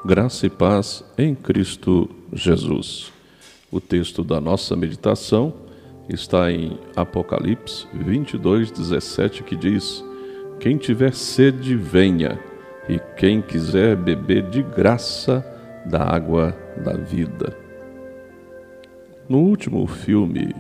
Graça e paz em Cristo Jesus. O texto da nossa meditação está em Apocalipse 22:17, que diz: Quem tiver sede, venha, e quem quiser beber de graça da água da vida. No último filme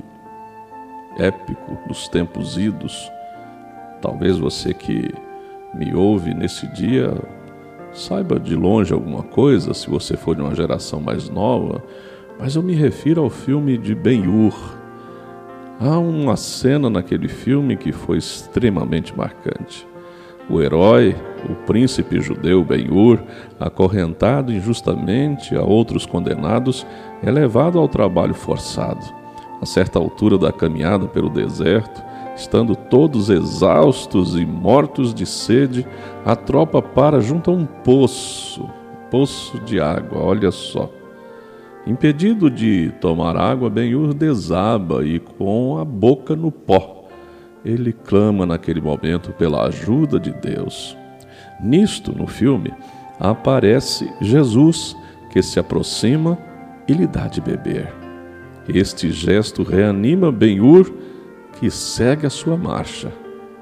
épico dos tempos idos, talvez você que me ouve nesse dia saiba de longe alguma coisa, se você for de uma geração mais nova, mas eu me refiro ao filme de Ben-Hur. Há uma cena naquele filme que foi extremamente marcante. O herói, o príncipe judeu Ben-Hur, acorrentado injustamente a outros condenados, é levado ao trabalho forçado. A certa altura da caminhada pelo deserto, estando todos exaustos e mortos de sede, a tropa para junto a um poço de água, olha só. Impedido de tomar água, Ben-Hur desaba e, com a boca no pó, ele clama naquele momento pela ajuda de Deus. Nisto, no filme, aparece Jesus, que se aproxima e lhe dá de beber. Este gesto reanima Ben-Hur, que segue a sua marcha.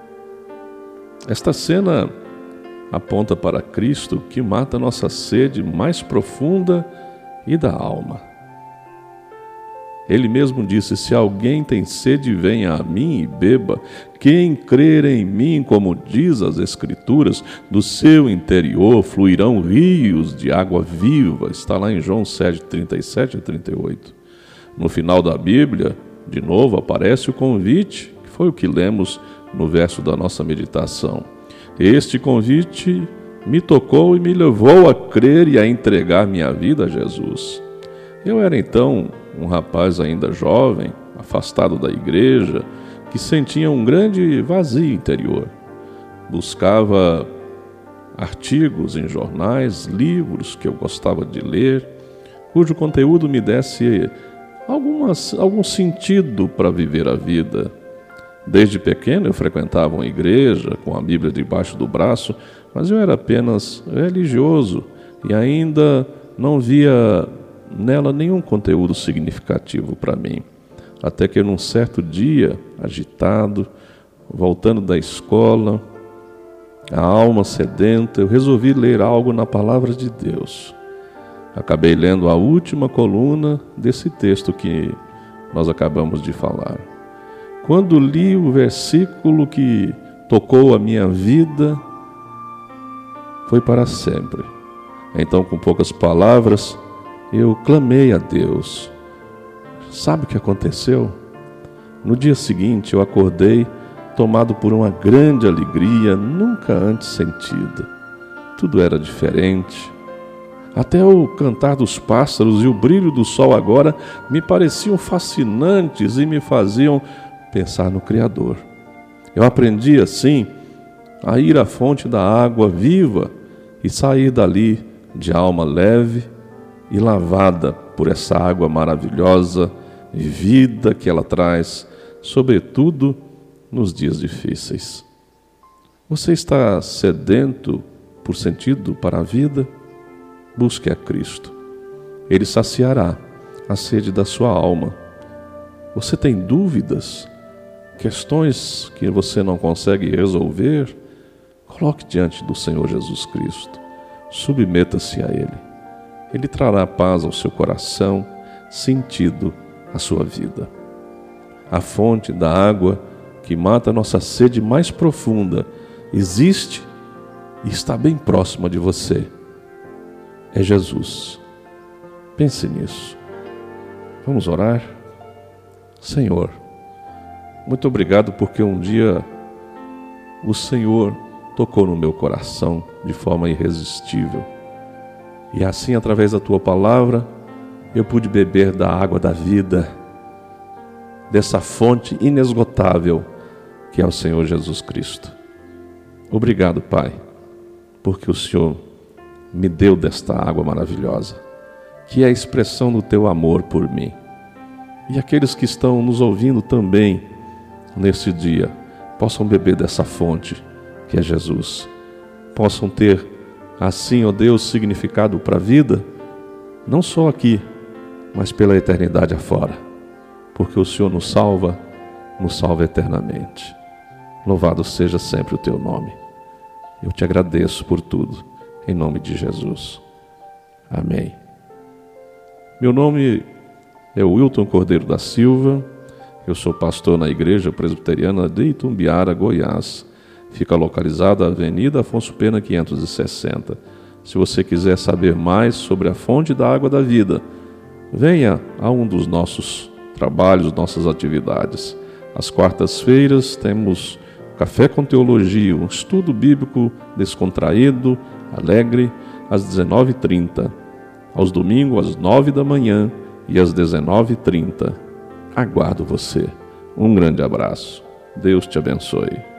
Esta cena aponta para Cristo, que mata a nossa sede mais profunda e da alma. Ele mesmo disse: se alguém tem sede, venha a mim e beba. Quem crer em mim, como diz as Escrituras, do seu interior fluirão rios de água viva. Está lá em João 7:37-38. No final da Bíblia, de novo, aparece o convite, que foi o que lemos no verso da nossa meditação. Este convite me tocou e me levou a crer e a entregar minha vida a Jesus. Eu era então um rapaz ainda jovem, afastado da igreja, que sentia um grande vazio interior. Buscava artigos em jornais, livros que eu gostava de ler, cujo conteúdo me desse algum sentido para viver a vida. Desde pequeno eu frequentava uma igreja com a Bíblia debaixo do braço, mas eu era apenas religioso e ainda não via nela nenhum conteúdo significativo para mim. Até que num certo dia, agitado, voltando da escola, a alma sedenta, eu resolvi ler algo na palavra de Deus. Acabei lendo a última coluna desse texto que nós acabamos de falar. Quando li o versículo que tocou a minha vida, foi para sempre. Então, com poucas palavras, eu clamei a Deus. Sabe o que aconteceu? No dia seguinte, eu acordei tomado por uma grande alegria nunca antes sentida. Tudo era diferente. Até o cantar dos pássaros e o brilho do sol agora me pareciam fascinantes e me faziam pensar no Criador. Eu aprendi assim a ir à fonte da água viva e sair dali de alma leve e lavada por essa água maravilhosa e vida que ela traz, sobretudo nos dias difíceis. Você está sedento por sentido para a vida? Busque a Cristo. Ele saciará a sede da sua alma. Você tem dúvidas? Questões que você não consegue resolver? Coloque diante do Senhor Jesus Cristo. Submeta-se a Ele. Ele trará paz ao seu coração, sentido à sua vida. A fonte da água que mata a nossa sede mais profunda existe e está bem próxima de você. É Jesus. Pense nisso. Vamos orar? Senhor, muito obrigado porque um dia o Senhor tocou no meu coração de forma irresistível. E assim, através da Tua palavra, eu pude beber da água da vida, dessa fonte inesgotável que é o Senhor Jesus Cristo. Obrigado, Pai, porque o Senhor me deu desta água maravilhosa, que é a expressão do Teu amor por mim. E aqueles que estão nos ouvindo também, nesse dia, possam beber dessa fonte, que é Jesus. Possam ter assim, ó Deus, significado para a vida, não só aqui, mas pela eternidade afora, porque o Senhor nos salva eternamente. Louvado seja sempre o teu nome. Eu te agradeço por tudo, em nome de Jesus. Amém. Meu nome é Wilton Cordeiro da Silva, eu sou pastor na Igreja Presbiteriana de Itumbiara, Goiás. Fica localizada na Avenida Afonso Pena 560. Se você quiser saber mais sobre a fonte da água da vida, venha a um dos nossos trabalhos, nossas atividades. Às quartas-feiras temos Café com Teologia, um estudo bíblico descontraído, alegre, às 19h30. Aos domingos, às 9 da manhã e às 19h30. Aguardo você. Um grande abraço. Deus te abençoe.